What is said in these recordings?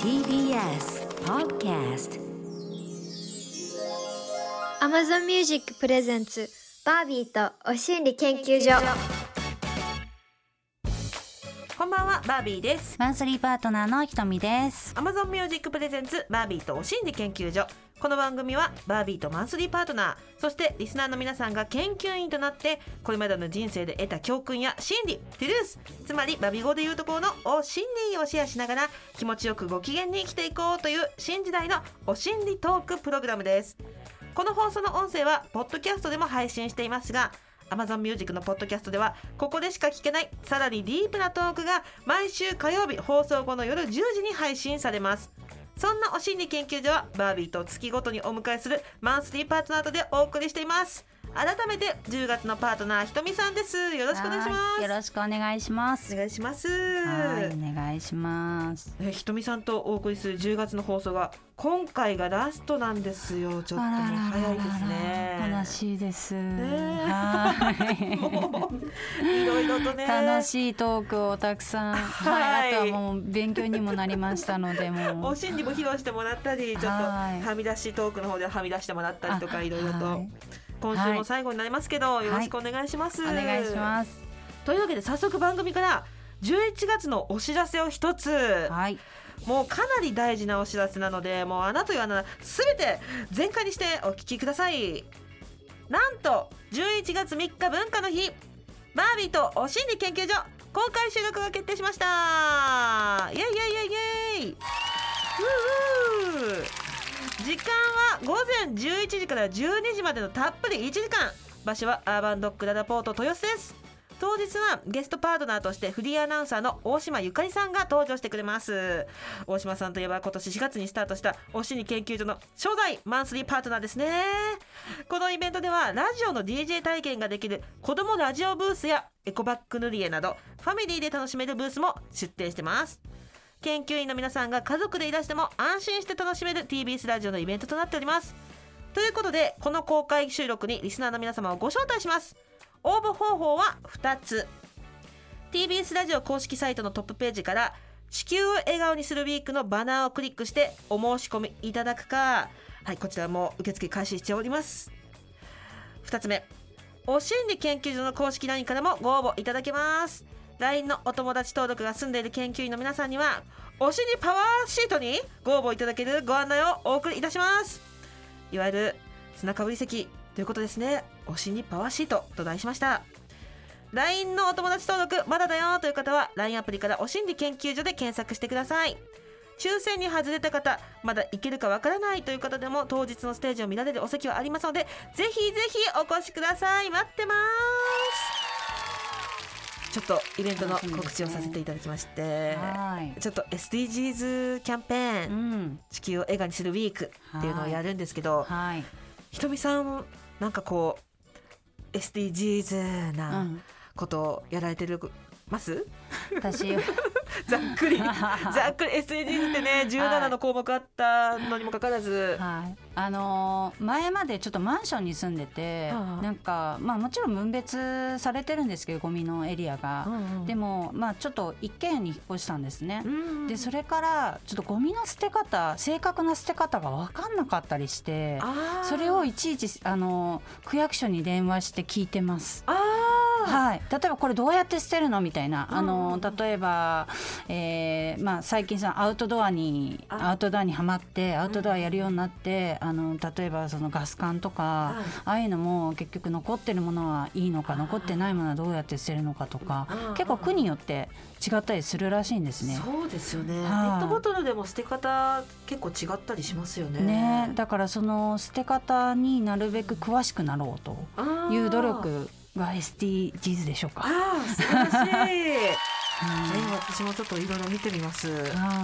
TBS Podcast Amazon Music プレゼンツバービーとお心理研究所。 こんばんは、バービーです。 マンスリーパートナーのひとみです。 Amazon Music プレゼンツバービーとお心理研究所。この番組はバービーとマンスリーパートナー、そしてリスナーの皆さんが研究員となってこれまでの人生で得た教訓や心理、トゥルース、つまりバビ語でいうところのお心理をシェアしながら気持ちよくご機嫌に生きていこうという新時代のお心理トークプログラムです。この放送の音声はポッドキャストでも配信していますが、 Amazon Music のポッドキャストではここでしか聞けないさらにディープなトークが毎週火曜日放送後の夜10時に配信されます。そんなお心理研究所はバービーと月ごとにお迎えするマンスリーパートナーとでお送りしています。改めて10月のパートナーひとみさんです。よろしくお願いします。 よろしくお願いします。 お願いします。 はい、お願いします。 ひとみさんとお送りする10月の放送が今回がラストなんですよ。ちょっともう早いですね。 悲しいです、 はいもういろいろとね楽しいトークをたくさん、はい、あとはもう勉強にもなりましたので、もうお心理も披露してもらったり、ちょっとはみ出しトークの方ではみ出してもらったりとかいろいろと、今週も最後になりますけど、よろしくお願いします、 お願いします。 というわけで早速番組から11月のお知らせを一つ、もうかなり大事なお知らせなので、もう穴という穴すべて全開にしてお聞きください。なんと11月3日文化の日、バービーとお心理研究所公開収録が決定しました。イエイイエイイエイイエイ。時間は午前11時から12時までのたっぷり1時間。場所はアーバンドッグララポート豊洲です。当日はゲストパートナーとしてフリーアナウンサーの大島ゆかりさんが登場してくれます。大島さんといえば今年4月にスタートしたお心理研究所の初代マンスリーパートナーですね。このイベントではラジオの DJ 体験ができる子どもラジオブースやエコバッグ塗り絵などファミリーで楽しめるブースも出展してます。研究員の皆さんが家族でいらしても安心して楽しめる TBS ラジオのイベントとなっております。ということでこの公開収録にリスナーの皆様をご招待します。応募方法は2つ。 TBS ラジオ公式サイトのトップページから地球を笑顔にするウィークのバナーをクリックしてお申し込みいただくか、こちらも受付開始しております。2つ目、お心理研究所の公式 LINE からもご応募いただけます。 LINE のお友達登録が済んでいる研究員の皆さんにはお心理パワーシートにご応募いただけるご案内をお送りいたします。いわゆる砂かぶり席ということですね。お心理パワーシートと題しました。 LINE のお友達登録まだだよという方は LINE アプリからお心理研究所で検索してください。抽選に外れた方、まだ行けるかわからないという方でも当日のステージを見られるお席はありますので、ぜひぜひお越しください。待ってます。ちょっとイベントの告知をさせていただきまして、ちょっと SDGs キャンペーン、地球を笑顔にするウィークっていうのをやるんですけど、ひとみさんなんかこう SDGs なことをやられてるます私ざっくりSDGs ってね17の項目あったのにもかかわらず、 前までちょっとマンションに住んでて、なんかもちろん分別されてるんですけどゴミのエリアが、でもちょっと一軒家に引っ越したんですね、でそれからちょっとゴミの捨て方、正確な捨て方が分かんなかったりして、それをいちいち区役所に電話して聞いてます。例えばこれどうやって捨てるのみたいな、例えば、最近アウトドアにハマってアウトドアやるようになって、例えばそのガス管とか、ああいうのも結局残ってるものはいいのか、残ってないものはどうやって捨てるのかとか、結構区によって違ったりするらしいんですね。 そうですよね、ペットボトルでも捨て方結構違ったりしますよね。 だからその捨て方になるべく詳しくなろうという努力が SDGs でしょうか。 素晴らしい今私もちょっといろいろ見てみます。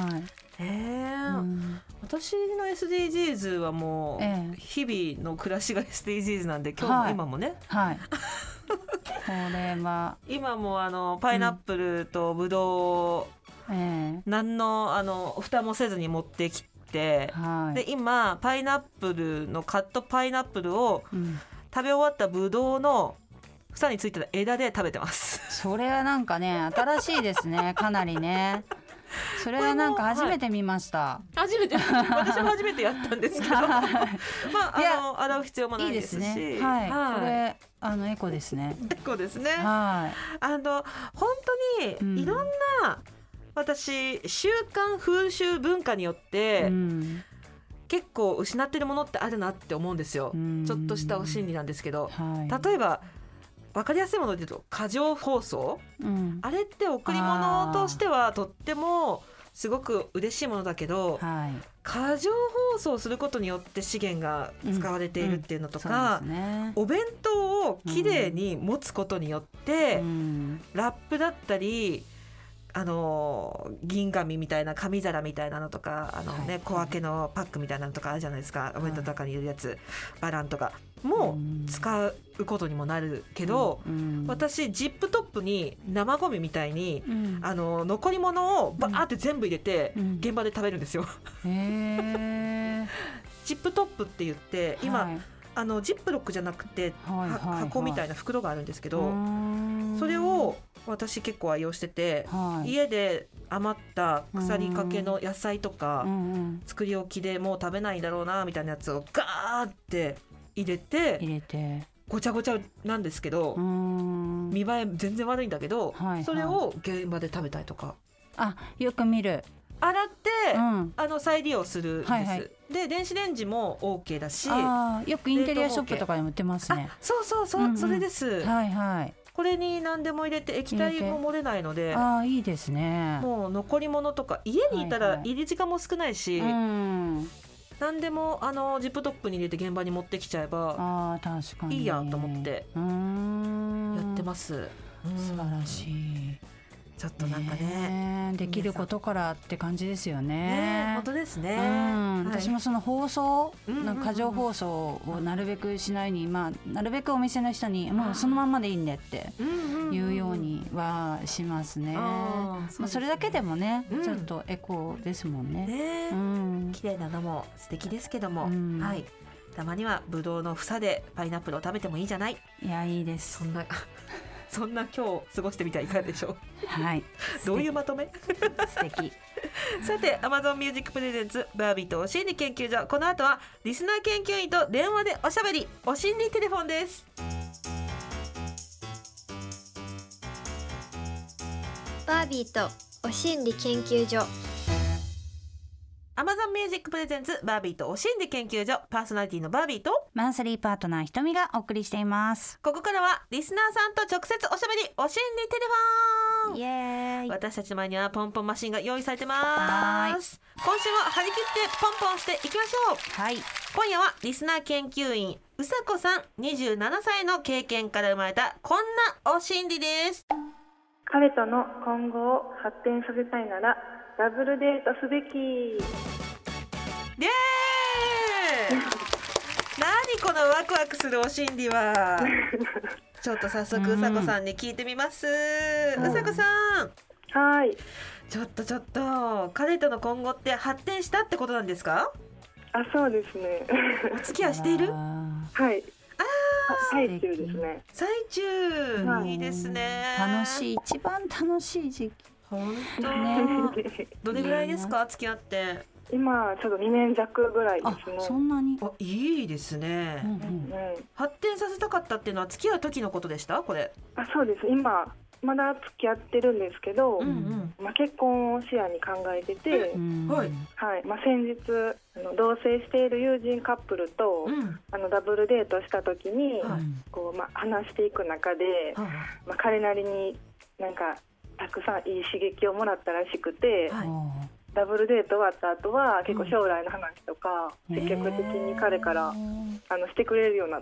私の SDGs はもう日々の暮らしが SDGs なんで、今日も今もね、これは今もパイナップルとブドウ、何の蓋もせずに持ってきて、で今パイナップルのカットパイナップルを、食べ終わったブドウの房についてた枝で食べてます。 それはなんかね新しいですねかなりね。 それはなんか初めて見ました。 初めて私も初めてやったんですけどまあ洗う必要もないですし、 いいですね。はい、これエコですね。 エコですね。 はい。 本当にいろんな、私習慣風習文化によって、結構失ってるものってあるなって思うんですよ。ちょっとしたお心理なんですけど、例えば分かりやすいもので言うと過剰包装、あれって贈り物としてはとってもすごく嬉しいものだけど、過剰包装することによって資源が使われているっていうのとか、お弁当をきれいに持つことによって、ラップだったり銀紙みたいな紙皿みたいなのとか小分けのパックみたいなのとかあるじゃないですか。お弁当の中に入れるやつ、バランとかも使うことにもなるけど、私ジップトップに生ゴミみたいに、残り物をバーって全部入れて、現場で食べるんですよ。ジップトップって言って今、ジップロックじゃなくて、箱みたいな袋があるんですけど、それを私結構愛用してて、家で余った腐りかけの野菜とか、作り置きでもう食べないんだろうなみたいなやつをガーって入れてごちゃごちゃなんですけど、見栄え全然悪いんだけど、それを現場で食べたりとか、 よく見る。 洗って、再利用するんです、で電子レンジも OK だし、 よくインテリアショップとかでも売ってますね。 そう、それです。これに何でも入れて液体も漏れないので、 いいですね。 もう残り物とか家にいたら入り時間も少ないし、何でもジップトップに入れて現場に持ってきちゃえば確かにいいやと思ってやってます。 素晴らしい。 ちょっとなんかね、 できることからって感じですよね。 本当ですね。 私もその包装、過剰包装をなるべくしないに、なるべくお店の人にもうそのまんまでいいねっていうようにはしますね。それだけでもね、ちょっとエコですもんね。 綺麗なのも素敵ですけども、たまにはブドウの房でパイナップルを食べてもいいじゃない。 いや、いいです。 そんな今日過ごしてみたらいかがでしょう。どういうまとめ？ 素敵。 さて Amazon Music プレゼンツバービーとお心理研究所、この後はリスナー研究員と電話でおしゃべり、お心理テレフォンです。 バービーとお心理研究所、 Amazon Music プレゼンツバービーとお心理研究所、パーソナリティのバービーとマンスリーパートナーひとみがお送りしています。 ここからはリスナーさんと直接おしゃべり、お心理テレフォン。 イエーイ。 私たちの前にはポンポンマシンが用意されてます。今週も張り切ってポンポンしていきましょう。今夜はリスナー研究員うさこさん27歳の経験から生まれたこんなお心理です。 彼との今後を発展させたいならダブルデートすべき。 イエーイ何このワクワクするお心理は。ちょっと早速うさこさんに聞いてみます。うさこさん、ちょっと彼との今後って発展したってことなんですか？ そうですね。 お付き合いしている？ 最中ですね。 最中、いいですね。 楽しい、一番楽しい時期。 本当ね。どれぐらいですか、付き合って？ 今ちょっと2年弱ぐらいですね。 そんなに。 いいですね。発展させたかったっていうのは付き合う時のことでした？これ。 そうです。今まだ付き合ってるんですけど、結婚を視野に考えてて、先日同棲している友人カップルと、ダブルデートした時に、話していく中で、彼なりになんかたくさんいい刺激をもらったらしくて、ダブルデート終わった後は結構将来の話とか積極的に彼からしてくれるようになって、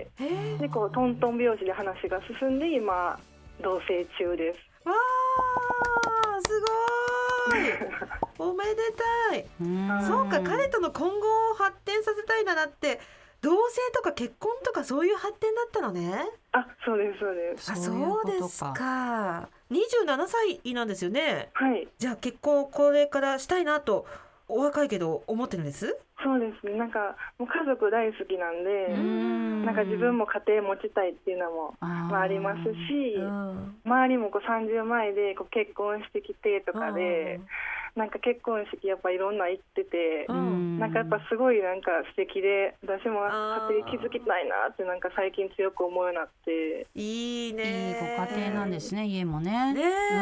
でこうトントン拍子で話が進んで今同棲中です。 わー、すごい。おめでたい。そうか、彼との今後を発展させたいならって同棲とか結婚とかそういう発展だったのね。 そうですそうです。 そうですか。27歳なんですよね。じゃあ結婚をこれからしたいなとお若いけど思ってるんです？ そうですね。なんかもう家族大好きなんで、なんか自分も家庭持ちたいっていうのもありますし、周りもこう30前でこう結婚してきてとかで、 なんか結婚式やっぱいろんな行ってて、なんかやっぱすごいなんか素敵で、私も勝手に気づきたいなってなんか最近強く思うようになって。 いいね。 いいご家庭なんですね、家もね。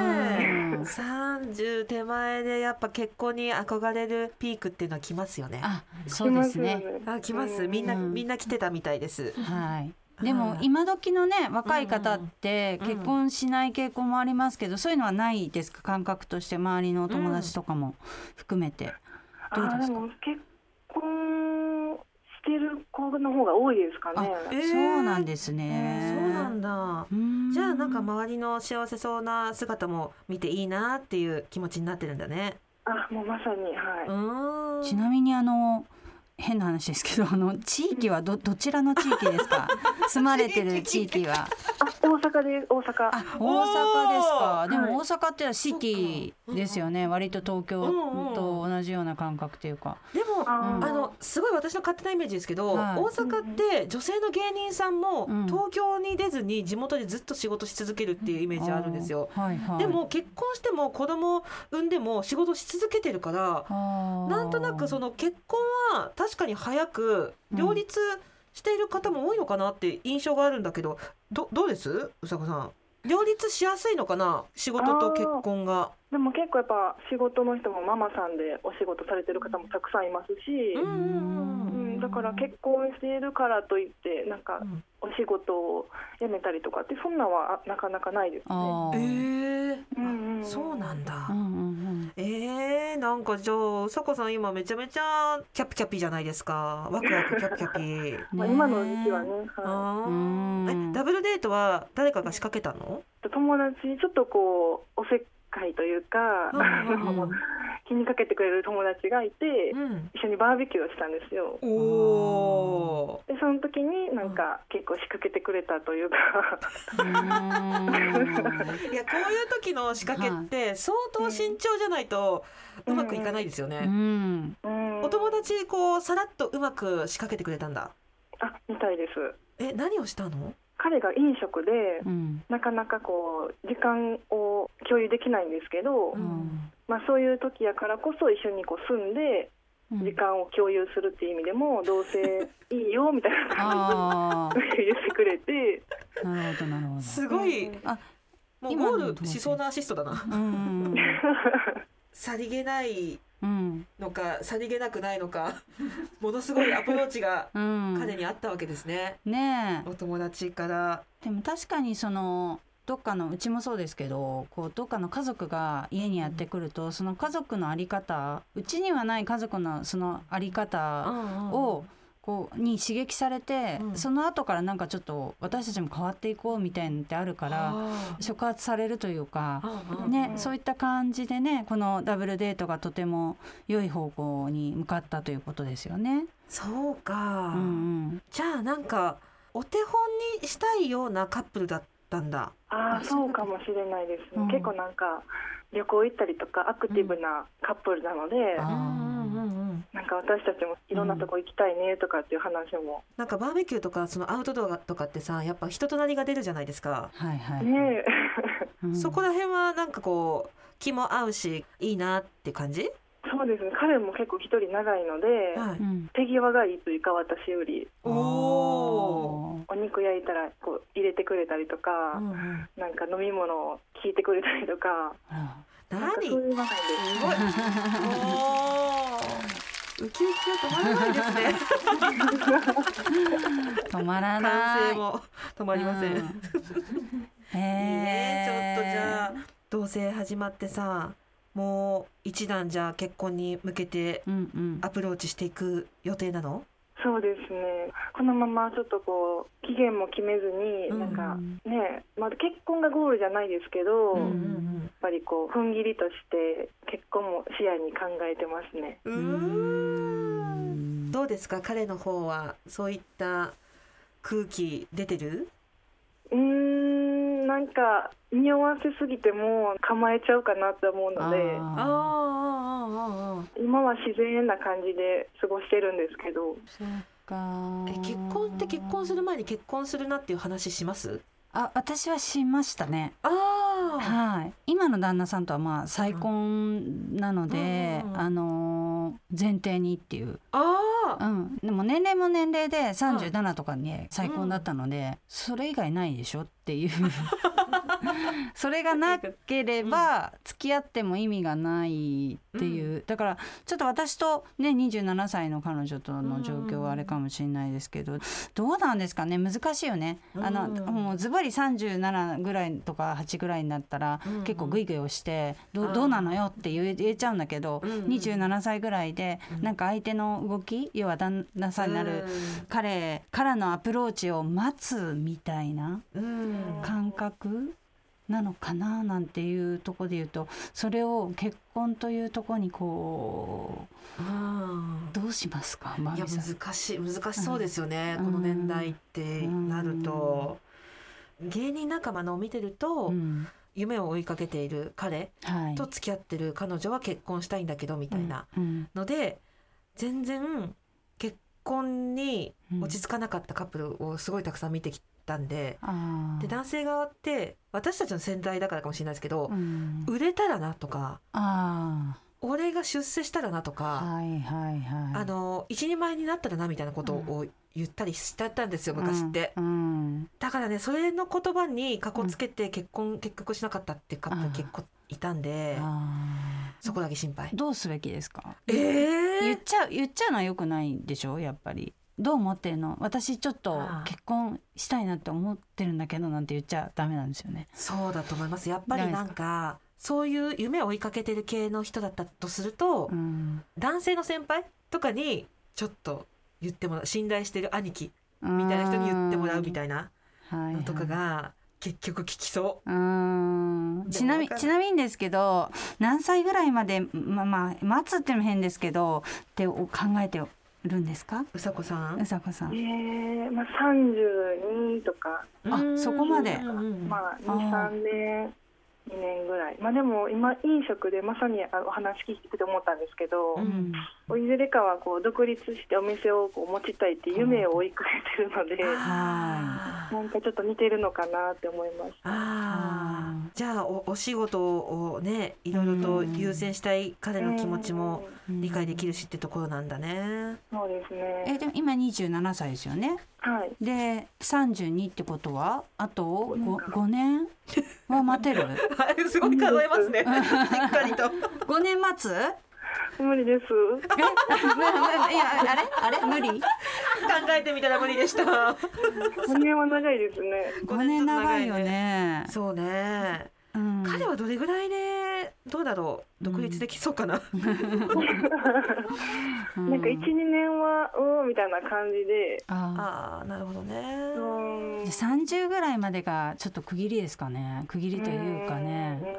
30手前でやっぱ結婚に憧れるピークっていうのは来ますよね。 あ、そうですね。 来ます。みんな来てたみたいです。 はい。でも今時のね若い方って結婚しない傾向もありますけど、そういうのはないですか？感覚として周りの友達とかも含めてどうですか？ でも結婚してる子の方が多いですかね。 そうなんですね。 そうなんだ。じゃあなんか周りの幸せそうな姿も見ていいなっていう気持ちになってるんだね。 もうまさに、はい。 ちなみに変な話ですけど、地域はどちらの地域ですか？住まれてる地域は。 大阪です。大阪。 大阪ですか。でも大阪ってシティですよね。割と東京と同じような感覚というか。 でもすごい私の勝手なイメージですけど、大阪って女性の芸人さんも東京に出ずに地元でずっと仕事し続けるっていうイメージあるんですよ。でも結婚しても子供産んでも仕事し続けてるから、なんとなくその結婚は確かに早く両立している方も多いのかなって印象があるんだけど、どうです？うさこさん、両立しやすいのかな、仕事と結婚が。 でも結構やっぱ仕事の人もママさんでお仕事されてる方もたくさんいますし、だから結婚しているからといってなんかお仕事を辞めたりとかってそんなはなかなかないですね。 そうなんだ。なんかじゃあうさこさん今めちゃめちゃキャピキャピじゃないですか。ワクワクキャピキャピ。 今の時期はね。 ダブルデートは誰かが仕掛けたの？ 友達ちょっとこうおせっかいというか、気にかけてくれる友達がいて、一緒にバーベキューをしたんですよ。でその時になんか結構仕掛けてくれたというかいや、こういう時の仕掛けって相当慎重じゃないとうまくいかないですよね。お友達こうさらっとうまく仕掛けてくれたんだ。 みたいです。 何をしたの？ 彼が飲食で、なかなかこう時間を共有できないんですけど、そういう時やからこそ一緒にこう住んで時間を共有するっていう意味でも同棲いいよみたいな感じで言ってくれてなるほどなるほど。 すごい、もうゴールしそうなアシストだな。さりげないのか、さりげなくないのかものすごいアプローチが彼にあったわけですね。お友達から。 でも確かにどっかのうちもそうですけど、こうどっかの家族が家にやってくると、その家族のあり方、うちにはない家族のそのあり方をに刺激されて、その後からなんかちょっと私たちも変わっていこうみたいなのってあるから触発されるというかね、そういった感じでね、このダブルデートがとても良い方向に向かったということですよね。 そうか、じゃあなんかお手本にしたいようなカップルだったんだ。 そうかもしれないですね。結構なんか旅行行ったりとかアクティブなカップルなので、なんか私たちもいろんなとこ行きたいねとかっていう話も、 なんかバーベキューとかそのアウトドアとかってさ、やっぱ人となりが出るじゃないですか。そこら辺はなんかこう気も合うしいいなって感じ？ そうですね。彼も結構一人長いので、手際がいいというか、私よりお肉焼いたらこう入れてくれたりとか、なんか飲み物を聞いてくれたりとか、なんかそういう場面です。 ウキウキが止まらないですね。 止まらない。 完成も止まりません。いいね。ちょっとじゃあ同棲始まってさ、もう一段じゃあ結婚に向けてアプローチしていく予定なの？ そうですね。このままちょっとこう期限も決めずに、なんかね、結婚がゴールじゃないですけど、やっぱりこう踏ん切りとして結婚も視野に考えてますね。 どうですか、彼の方はそういった空気出てる？ なんか匂わせすぎても構えちゃうかなって思うので、今は自然な感じで過ごしてるんですけど。 結婚って結婚する前に結婚するなっていう話します？ 私はしましたね。 はい、今の旦那さんとはまあ再婚なので、前提にっていう。でも年齢も年齢で37とかに再婚だったので、それ以外ないでしょっていうそれがなければ付き合っても意味がないっていう、だからちょっと私とね27歳の彼女との状況はあれかもしれないですけど、どうなんですかね、難しいよね。もうズバリ37ぐらいとか8ぐらいになったら結構グイグイ押してどうなのよって言えちゃうんだけど、27歳ぐらいでなんか相手の動き、要は旦那さんになる彼からのアプローチを待つみたいな感覚なのかななんていうところで言うと、それを結婚というところにこうどうしますか。 いや難しそうですよね、この年代ってなると。芸人仲間のを見てると、夢を追いかけている彼と付き合ってる彼女は結婚したいんだけどみたいなので、全然結婚に落ち着かなかったカップルをすごいたくさん見てきたんで、で男性側って私たちの世代だからかもしれないですけど、売れたらなとか、俺が出世したらなとか、一人前になったらなみたいなことを言ったりしちゃったんですよ昔って、だからね、それの言葉にかこつけて結局しなかったっていうカップル結構いたんで、そこだけ心配。 どうすべきですか。言っちゃうのは良くないでしょ。やっぱりどう思ってるの、私ちょっと結婚したいなって思ってるんだけどなんて言っちゃダメなんですよね。 そうだと思います。やっぱりなんかそういう夢を追いかけてる系の人だったとすると、男性の先輩とかにちょっと言ってもらう、信頼してる兄貴みたいな人に言ってもらうみたいなのとかが結局効きそう。 ちなみにですけど、何歳ぐらいまで、待つっても変ですけどって考えてるんですか。 うさこさん。 32とか。 そこまで。 2、3年。2年ぐらい。でも今飲食でまさにお話聞いてて思ったんですけど、いずれかはこう独立してお店をこう持ちたいって夢を追いかけてるので、なんかちょっと似てるのかなって思いました。 じゃあ お仕事をね、いろいろと優先したい彼の気持ちも理解できるしってところなんだね。 そうですね。 でも今27歳ですよね。で32ってことはあと 5年は待てるすごい数えますねしっかりと。 5年待つ。 無理です。 いやあれ無理。考えてみたら無理でした。 5年は長いですね。 5年長いよね。 そうね。彼はどれぐらいでどうだろう、独立できそうかな。なんか 1、2年はみたいな感じで。 なるほどね。 30ぐらいまでがちょっと区切りですかね。区切りというかね。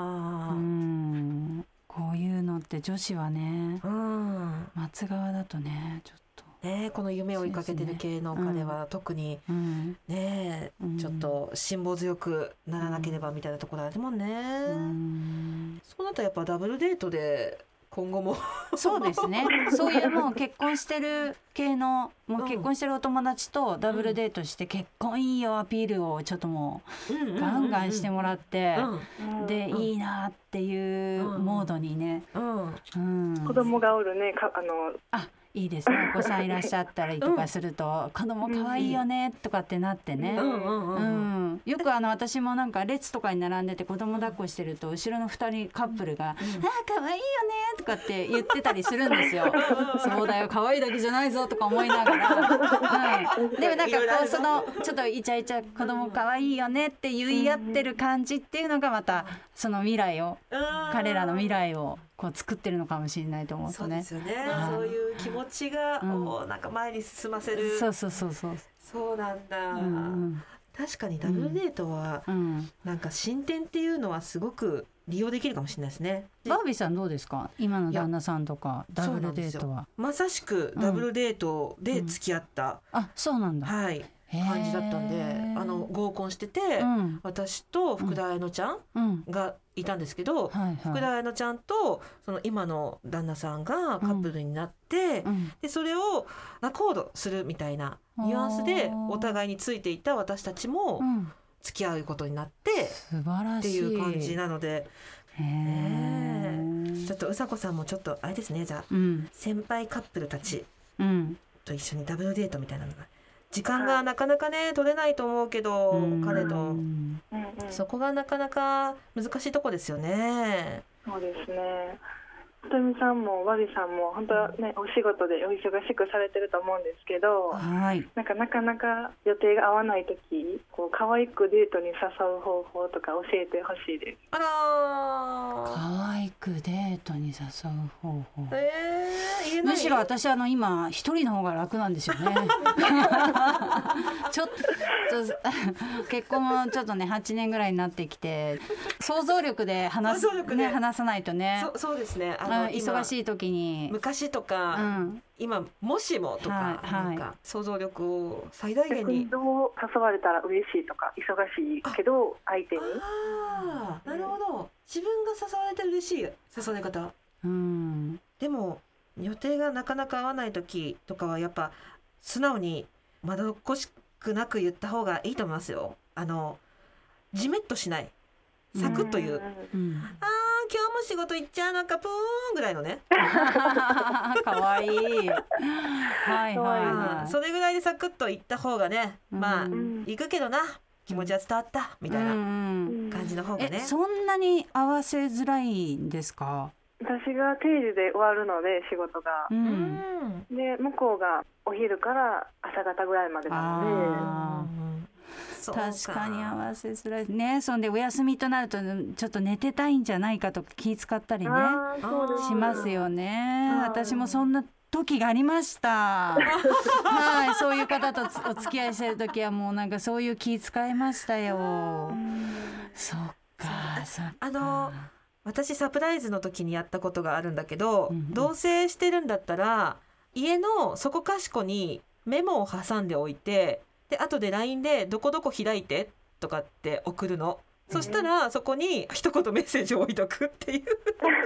こういうのって女子はね、待つ側だとねちょっと。 この夢を追いかけてる系の彼は特にね、ちょっと辛抱強くならなければみたいなところあるもんね。そうなったらやっぱダブルデートで今後もそうですね。そういうもう結婚してる系のもう結婚してるお友達とダブルデートして結婚いいよアピールをちょっともうガンガンしてもらってでいいなっていうモードにね。 子供がおるね。 いいですね。お子さんいらっしゃったりとかすると、子供可愛いよねとかってなってね。よく私もなんか列とかに並んでて子供抱っこしてると後ろの2人カップルが可愛いよねとかって言ってたりするんですよ。そうだよ、可愛いだけじゃないぞとか思いながら。でもなんかこうそのちょっとイチャイチャ子供可愛いよねって言い合ってる感じっていうのがまたその未来を彼らの未来をこう作ってるのかもしれないと思うとね。 そうですよね。そういう気持ちがなんか前に進ませる。 そうなんだ。確かにダブルデートはなんか進展っていうのはすごく利用できるかもしれないですね。 バービーさんどうですか。今の旦那さんとかダブルデートは。 まさしくダブルデートで付き合った。 そうなんだ。 感じだったんで、合コンしてて、私と福田彩乃ちゃんがいたんですけど、福田彩乃ちゃんとその今の旦那さんがカップルになって、でそれを仲人するみたいなニュアンスでお互いについていた私たちも付き合うことになって素晴らしいっていう感じなので、ちょっとうさこさんもちょっとあれですね、じゃあ、先輩カップルたちと一緒にダブルデートみたいなのが時間がなかなかね取れないと思うけど、彼とそこがなかなか難しいとこですよね。 そうですね。ひとみさんもバビさんも本当はね、お仕事でお忙しくされてると思うんですけど、 はい、 なかなか予定が合わないとき、こう可愛くデートに誘う方法とか教えてほしいです。 あらー、 可愛くデートに誘う方法、 言えない。 むしろ私今一人の方が楽なんですよねちょっと結婚もちょっとね8年ぐらいになってきて、想像力で話さないとね。 そうですね。 忙しい時に昔とか、今もしもとか、なんか想像力を最大限に。 どう誘われたら嬉しいとか、忙しいけど相手に。 なるほど。自分が誘われて嬉しい誘われ方。でも予定がなかなか合わない時とかはやっぱ素直にまどろっこしくなく言った方がいいと思いますよ。じめっとしない、サクッと言う。今日も仕事行っちゃうのかプーンぐらいのねかわいいそれぐらいでサクッと言った方がね、まあ行くけどな、気持ちは伝わったみたいな感じの方がね。 そんなに合わせづらいんですか？ 私が定時で終わるので仕事が、で向こうがお昼から朝方ぐらいまでなので、 確かに合わせづらいね。そんでお休みとなるとちょっと寝てたいんじゃないかとか気遣ったりねしますよね。私もそんな時がありましたはい、そういう方とお付き合いしてる時はもうなんかそういう気遣いましたよ。そっか。 私サプライズの時にやったことがあるんだけど、同棲してるんだったら家のそこかしこにメモを挟んでおいて、で後で LINE でどこどこ開いてとかって送るの。そしたらそこに一言メッセージを置いとくっていう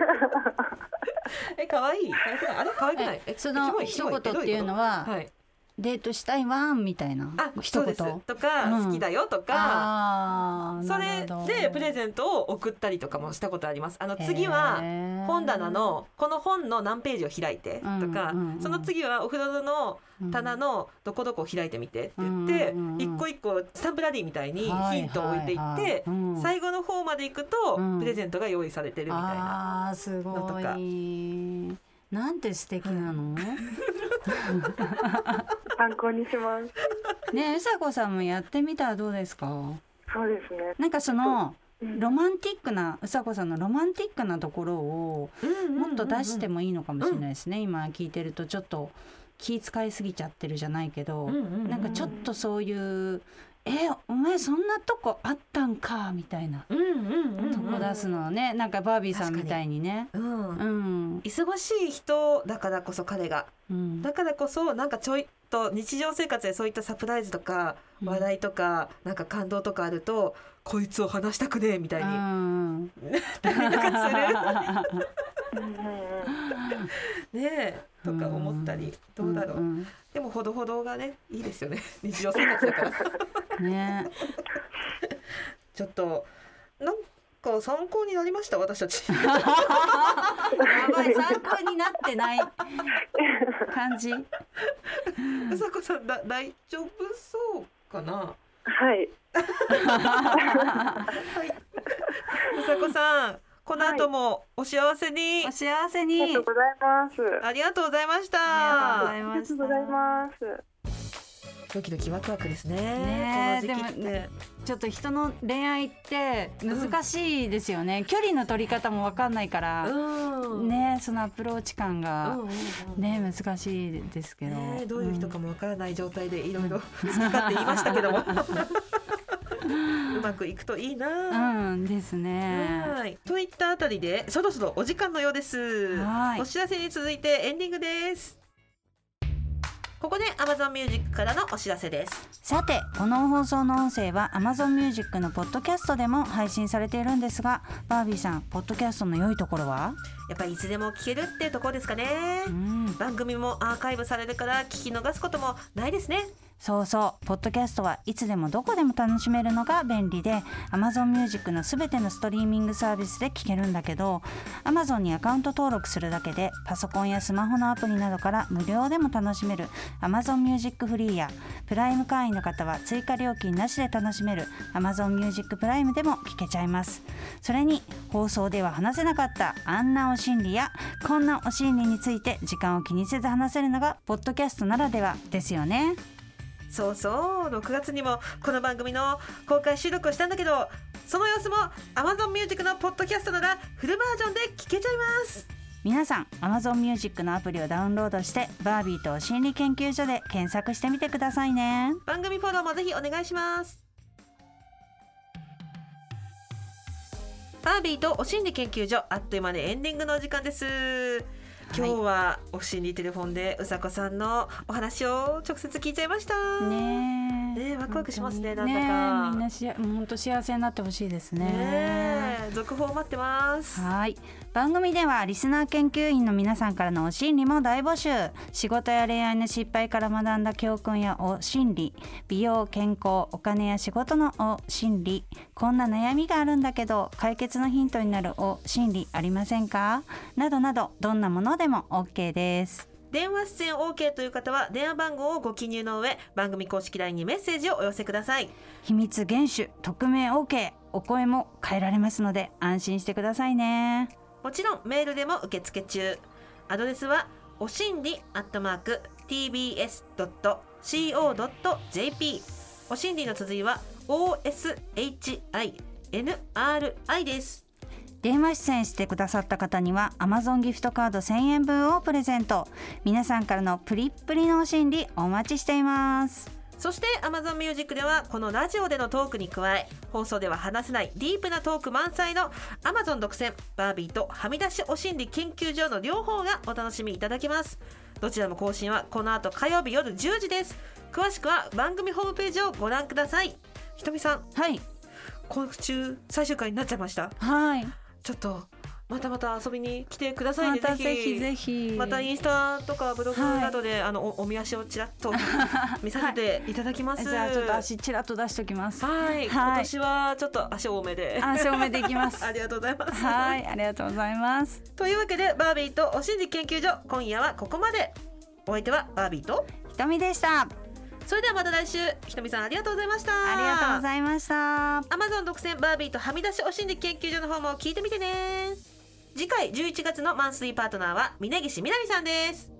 可愛い？あれ可愛くない？ その一言っていうのは、デートしたいわみたいな一言とか、好きだよとか、それでプレゼントを送ったりとかもしたことあります。次は本棚のこの本の何ページを開いてとか、その次はお風呂の棚のどこどこを開いてみてって言って、一個一個スタンプラリーみたいにヒントを置いていって、最後の方まで行くとプレゼントが用意されてるみたいなのとか。 なんて素敵なの参考にしますね。うさこさんもやってみたらどうですか？ そうですね。 なんかそのロマンティックなうさこさんのロマンティックなところをもっと出してもいいのかもしれないですね。今聞いてるとちょっと気遣いすぎちゃってるじゃないけど、なんかちょっとそういうお前そんなとこあったんかみたいなとこ出すのね。なんかバービーさんみたいにね、 忙しい人だからこそ彼が、だからこそなんかちょいと日常生活でそういったサプライズとか話題とか、なんか感動とかあると、こいつを話したくねえみたいになったりとかするねえとか思ったり、どうだろう、でもほどほどがねいいですよね、日常生活だからねちょっとなんか参考になりました、私たちやばい、参考になってない感じ。 うさこさん大丈夫そうかな。 はい、 うさこさん、この後もお幸せに、 お幸せに。 ありがとうございます。 ありがとうございました。 ありがとうございます。 ドキドキワクワクですね。 でもちょっと人の恋愛って難しいですよね、距離の取り方も分かんないから、ね、そのアプローチ感が、ね、難しいですけど、 どういう人かも分からない状態でいろいろ好きかって言いましたけどもうまくいくといいな、 ですね。 はいといったあたりでそろそろお時間のようです。お知らせに続いてエンディングです。ここで Amazon Music からのお知らせです。 さて、この放送の音声は Amazon Music のポッドキャストでも配信されているんですが、バービーさん、ポッドキャストの良いところは？ やっぱりいつでも聞けるっていうところですかね、番組もアーカイブされるから聞き逃すこともないですね。 そうそう、ポッドキャストはいつでもどこでも楽しめるのが便利で Amazon Music のすべてのストリーミングサービスで聴けるんだけど、 Amazon にアカウント登録するだけでパソコンやスマホのアプリなどから無料でも楽しめる Amazon Music フリーや、プライム会員の方は追加料金なしで楽しめる Amazon Music プライムでも聴けちゃいます。それに放送では話せなかったあんなお心理やこんなお心理について時間を気にせず話せるのがポッドキャストならではですよね。 そうそう、6月にもこの番組の公開収録をしたんだけど、その様子も Amazon Music のポッドキャストならフルバージョンで聞けちゃいます。 皆さん Amazon Music のアプリをダウンロードしてバービーとお心理研究所で検索してみてくださいね。 番組フォローもぜひお願いします。バービーとお心理研究所、あっという間にエンディングのお時間です。今日はお心理テレフォンでうさこさんのお話を直接聞いちゃいましたね。ワクワクしますね。なんだかみんな本当幸せになってほしいですね。 続報待ってます。 はい、番組ではリスナー研究員の皆さんからのお心理も大募集。仕事や恋愛の失敗から学んだ教訓やお心理、美容健康お金や仕事のお心理、こんな悩みがあるんだけど解決のヒントになるお心理ありませんか、などなどどんなものでも OK です。 電話出演 OK という方は電話番号をご記入の上、番組公式 LINE にメッセージをお寄せください。 秘密厳守、匿名 OK、 お声も変えられますので安心してくださいね。 もちろんメールでも受付中。アドレスはおしんり@tbs.co.jp、 おしんりの綴りは OSHINRI です。 電話出演してくださった方には Amazon ギフトカード1000円分をプレゼント。皆さんからのプリップリのお心理お待ちしています。 そして Amazon Music ではこのラジオでのトークに加え、放送では話せないディープなトーク満載の Amazon 独占バービーとはみ出しお心理研究所の両方がお楽しみいただけます。どちらも更新はこの後火曜日夜10時です。詳しくは番組ホームページをご覧ください。ひとみさん、 はい、 今週最終回になっちゃいました。 はい、 ちょっとまた遊びに来てくださいね。 ぜひぜひ。 またインスタとかブログなどで、お見足をちらっと見させていただきます。 じゃあちょっと足ちらっと出しておきます。 はい、今年はちょっと足多めでいきますありがとうございます。 はい、ありがとうございます。 というわけでバービーとお心理研究所、今夜はここまで。お相手はバービーとひとみでした。 それではまた来週。ひとみさんありがとうございました。 ありがとうございました。 Amazon 独占バービーとはみ出しお心理研究所の方も聞いてみてね。次回11月のマンスリーパートナーは峯岸みなみさんです。